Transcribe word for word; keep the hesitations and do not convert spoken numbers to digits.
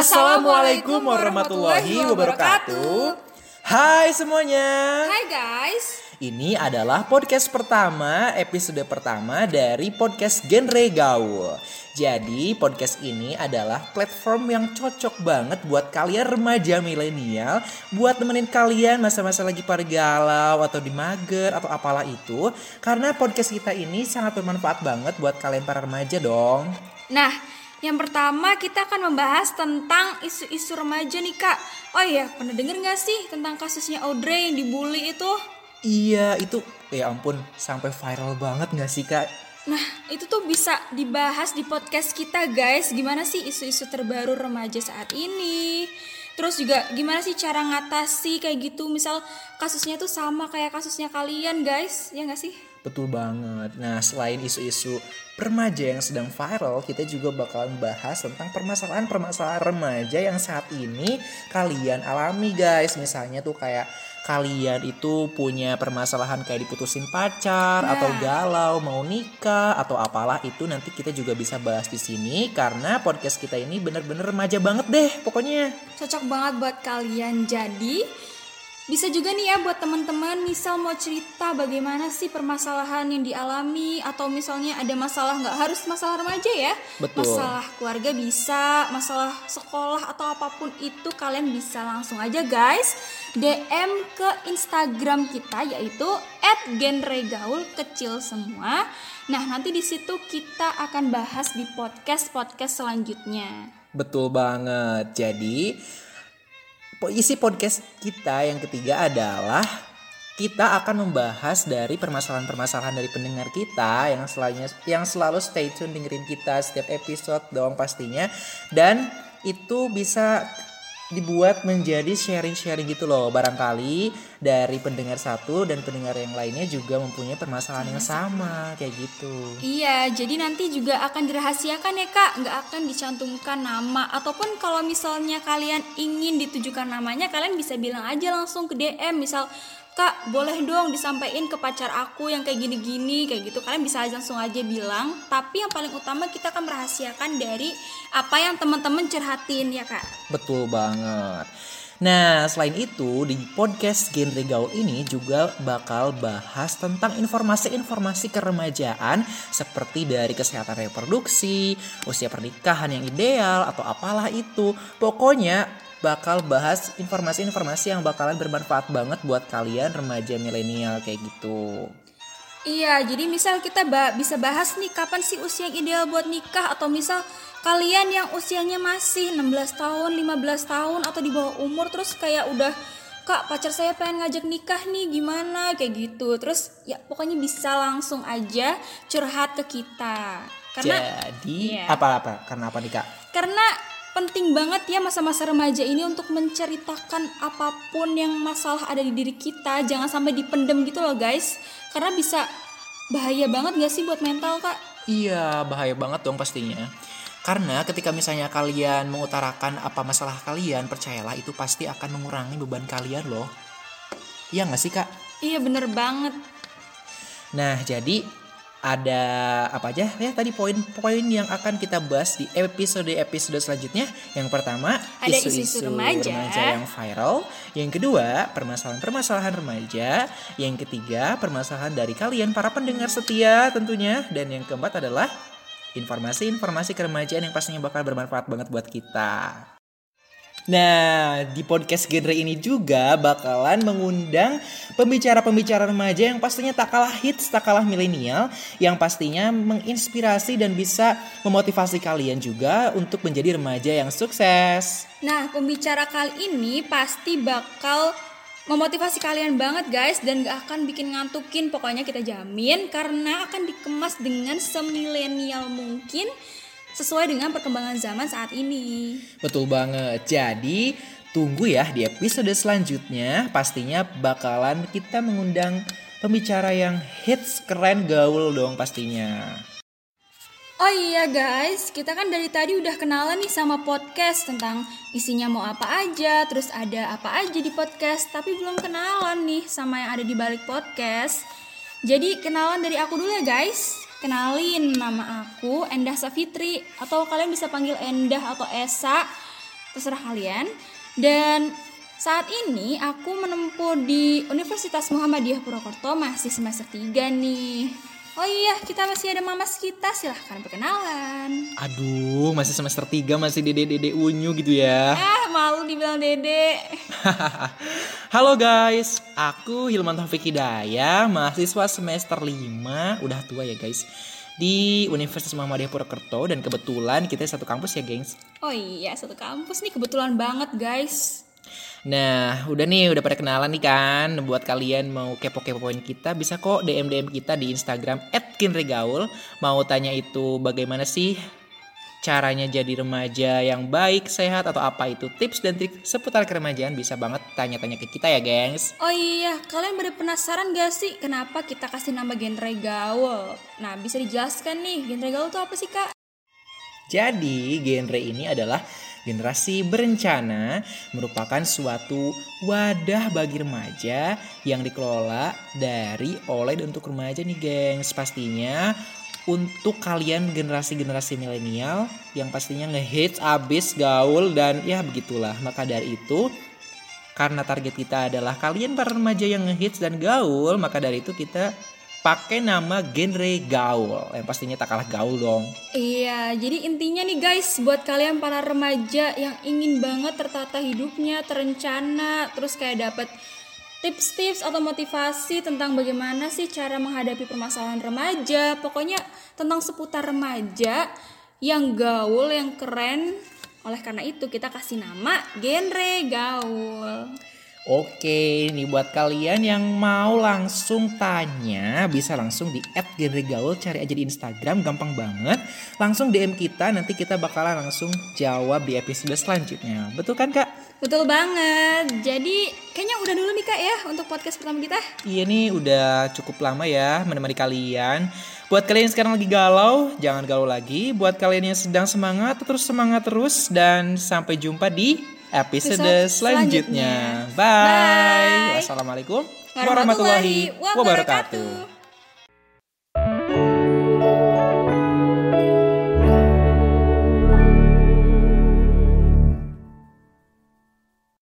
Assalamualaikum warahmatullahi wabarakatuh. Hai semuanya. Hai guys. Ini adalah podcast pertama, episode pertama dari podcast Genre Gaul. Jadi podcast ini adalah platform yang cocok banget buat kalian remaja milenial, buat nemenin kalian masa-masa lagi pada galau atau di mager atau apalah itu. Karena podcast kita ini sangat bermanfaat banget buat kalian para remaja dong. Nah, yang pertama kita akan membahas tentang isu-isu remaja nih kak. Oh iya, pernah denger gak sih tentang kasusnya Audrey yang dibully itu? Iya, itu ya ampun sampai viral banget gak sih kak? Nah, itu tuh bisa dibahas di podcast kita guys. Gimana sih isu-isu terbaru remaja saat ini? Terus juga gimana sih cara ngatasi kayak gitu? Misal kasusnya tuh sama kayak kasusnya kalian guys, ya gak sih? Betul banget. Nah, selain isu-isu remaja yang sedang viral, kita juga bakalan bahas tentang permasalahan-permasalahan remaja yang saat ini kalian alami guys. Misalnya tuh kayak kalian itu punya permasalahan kayak diputusin pacar, nah, atau galau mau nikah atau apalah itu, nanti kita juga bisa bahas di sini karena podcast kita ini bener-bener remaja banget deh pokoknya. Cocok banget buat kalian. Jadi bisa juga nih ya buat teman-teman misal mau cerita bagaimana sih permasalahan yang dialami, atau misalnya ada masalah, nggak harus masalah remaja ya. Betul. Masalah keluarga bisa, masalah sekolah atau apapun itu, kalian bisa langsung aja guys D M ke Instagram kita yaitu et genregaul kecil semua. Nah, nanti di situ kita akan bahas di podcast-podcast selanjutnya. Betul banget. Jadi isi podcast kita yang ketiga adalah kita akan membahas dari permasalahan-permasalahan dari pendengar kita yang selalu yang selalu stay tune dengerin kita setiap episode dong pastinya, dan itu bisa dibuat menjadi sharing-sharing gitu loh. Barangkali dari pendengar satu dan pendengar yang lainnya juga mempunyai permasalahan yang sama kayak gitu. Iya, jadi nanti juga akan dirahasiakan ya kak, nggak akan dicantumkan nama. Ataupun kalau misalnya kalian ingin ditujukan namanya, kalian bisa bilang aja langsung ke D M. Misal, kak boleh dong disampaikan ke pacar aku yang kayak gini-gini kayak gitu. Kalian bisa langsung aja bilang. Tapi yang paling utama kita akan merahasiakan dari apa yang teman-teman curhatin ya kak. Betul banget. Nah, selain itu di podcast Genre Gaul ini juga bakal bahas tentang informasi-informasi keremajaan seperti dari kesehatan reproduksi, usia pernikahan yang ideal atau apalah itu. Pokoknya bakal bahas informasi-informasi yang bakalan bermanfaat banget buat kalian remaja milenial kayak gitu. Iya, jadi misal kita ba- bisa bahas nih kapan sih usia yang ideal buat nikah, atau misal kalian yang usianya masih enam belas tahun, lima belas tahun atau di bawah umur, terus kayak udah, kak pacar saya pengen ngajak nikah nih gimana kayak gitu. Terus ya pokoknya bisa langsung aja curhat ke kita. Karena Jadi iya. apa-apa? Karena apa nih kak? Karena penting banget ya masa-masa remaja ini untuk menceritakan apapun yang masalah ada di diri kita. Jangan sampai dipendem gitu loh guys. Karena bisa bahaya banget gak sih buat mental kak? Iya, bahaya banget dong pastinya. Karena ketika misalnya kalian mengutarakan apa masalah kalian, percayalah itu pasti akan mengurangi beban kalian loh. Iya gak sih kak? Iya bener banget. Nah jadi ada apa aja ya tadi poin-poin yang akan kita bahas di episode-episode selanjutnya. Yang pertama, ada isu-isu, isu-isu remaja. remaja yang viral. Yang kedua, permasalahan-permasalahan remaja. Yang ketiga, permasalahan dari kalian para pendengar setia tentunya. Dan yang keempat adalah informasi-informasi keremajaan yang pastinya bakal bermanfaat banget buat kita. Nah, di podcast genre ini juga bakalan mengundang pembicara-pembicara remaja yang pastinya tak kalah hits, tak kalah milenial, yang pastinya menginspirasi dan bisa memotivasi kalian juga untuk menjadi remaja yang sukses. Nah, pembicara kali ini pasti bakal memotivasi kalian banget guys, dan gak akan bikin ngantukin, pokoknya kita jamin, karena akan dikemas dengan semilenial mungkin, sesuai dengan perkembangan zaman saat ini. Betul banget. Jadi tunggu ya di episode selanjutnya. Pastinya bakalan kita mengundang pembicara yang hits, keren, gaul dong pastinya. Oh iya guys, kita kan dari tadi udah kenalan nih sama podcast, tentang isinya mau apa aja, terus ada apa aja di podcast, tapi belum kenalan nih sama yang ada di balik podcast. Jadi kenalan dari aku dulu ya guys. Kenalin, nama aku Endah Safitri, atau kalian bisa panggil Endah atau Esa. terserah kalian. Dan saat ini aku menempuh di Universitas Muhammadiyah Purwokerto, masih semester tiga nih. Oh iya, kita masih ada mamas kita, silahkan perkenalan. Aduh, masih semester tiga, masih dede-dede unyu gitu ya. Ah, malu dibilang dede. Halo guys, aku Hilman Taufik Hidayah, mahasiswa semester lima, udah tua ya guys, di Universitas Muhammadiyah Purwokerto, dan kebetulan kita satu kampus ya gengs. Oh iya, satu kampus nih, kebetulan banget guys. Nah, udah nih, udah pada kenalan nih kan. Buat kalian mau kepo-kepoin kita, bisa kok D M-D M kita di Instagram et genregaul. Mau tanya itu bagaimana sih caranya jadi remaja yang baik, sehat, atau apa itu tips dan trik seputar keremajaan, bisa banget tanya-tanya ke kita ya gengs. Oh iya, kalian pada penasaran gak sih kenapa kita kasih nama genre gaul? Nah, bisa dijelaskan nih, genre gaul itu apa sih kak? Jadi, genre ini adalah generasi berencana, merupakan suatu wadah bagi remaja yang dikelola dari, oleh, dan untuk remaja nih gengs. Pastinya untuk kalian generasi-generasi milenial yang pastinya ngehits abis gaul dan ya begitulah. Maka dari itu, karena target kita adalah kalian para remaja yang ngehits dan gaul, maka dari itu kita pakai nama genre gaul, yang pastinya tak kalah gaul dong. Iya, jadi intinya nih guys, buat kalian para remaja yang ingin banget tertata hidupnya, terencana, terus kayak dapet tips-tips atau motivasi tentang bagaimana sih cara menghadapi permasalahan remaja, pokoknya tentang seputar remaja yang gaul, yang keren. Oleh karena itu kita kasih nama genre gaul. Oke, nih buat kalian yang mau langsung tanya, bisa langsung di et genregaul, cari aja di Instagram, gampang banget. Langsung D M kita, nanti kita bakalan langsung jawab di episode selanjutnya. Betul kan kak? Betul banget. Jadi kayaknya udah dulu nih kak ya untuk podcast pertama kita. Iya nih, udah cukup lama ya menemani kalian. Buat kalian yang sekarang lagi galau, jangan galau lagi. Buat kalian yang sedang semangat, terus semangat terus. Dan sampai jumpa di episode, episode selanjutnya. selanjutnya. Bye. Bye. Wassalamualaikum warahmatullahi wabarakatuh.